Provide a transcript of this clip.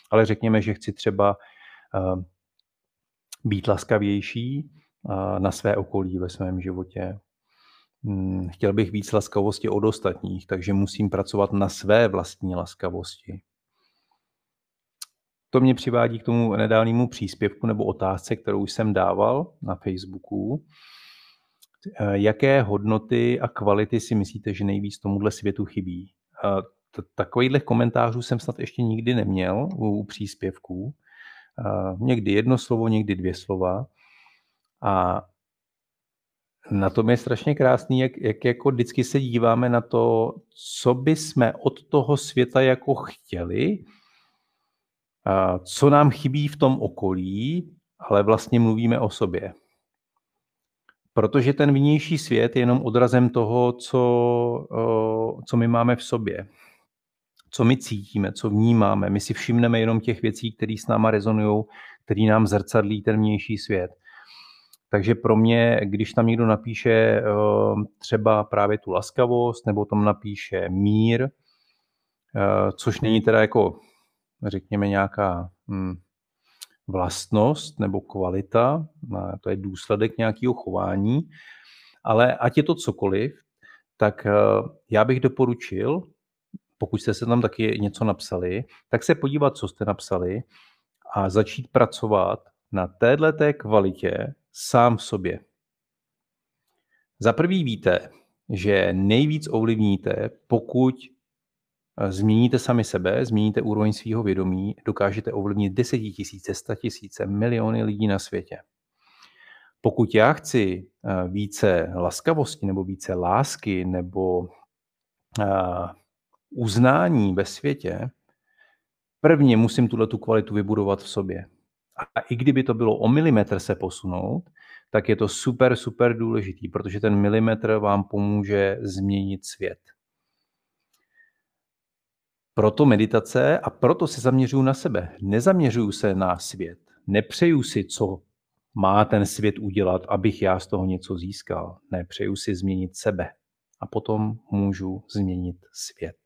Ale řekněme, že chci třeba být laskavější na své okolí ve svém životě. Chtěl bych víc laskavosti od ostatních, takže musím pracovat na své vlastní laskavosti. To mě přivádí k tomu nedávnému příspěvku nebo otázce, kterou jsem dával na Facebooku. Jaké hodnoty a kvality si myslíte, že nejvíc tomuhle světu chybí? Takovýchhle komentářů jsem snad ještě nikdy neměl u příspěvků. Někdy jedno slovo, někdy 2 slova. A na tom je strašně krásný, jak jako vždycky se díváme na to, co bychom od toho světa jako chtěli, co nám chybí v tom okolí, ale vlastně mluvíme o sobě. Protože ten vnější svět je jenom odrazem toho, co my máme v sobě. Co my cítíme, co vnímáme. My si všimneme jenom těch věcí, které s náma rezonujou, které nám zrcadlí ten vnější svět. Takže pro mě, když tam někdo napíše třeba právě tu laskavost, nebo tam napíše mír, což není teda jako, řekněme, nějaká vlastnost nebo kvalita, to je důsledek nějakého chování, ale ať je to cokoliv, tak já bych doporučil, pokud jste se tam taky něco napsali, tak se podívat, co jste napsali a začít pracovat na téhleté kvalitě sám v sobě. Za prvý víte, že nejvíc ovlivníte, pokud změníte sami sebe, změníte úroveň svého vědomí, dokážete ovlivnit 10 000, 100 000, miliony lidí na světě. Pokud já chci více laskavosti nebo více lásky nebo uznání ve světě, prvně musím tu kvalitu vybudovat v sobě. A i kdyby to bylo o milimetr se posunout, tak je to super, super důležitý, protože ten milimetr vám pomůže změnit svět. Proto meditace a proto se zaměřuju na sebe. Nezaměřuju se na svět. Nepřeju si, co má ten svět udělat, abych já z toho něco získal. Ne, přeju si změnit sebe. A potom můžu změnit svět.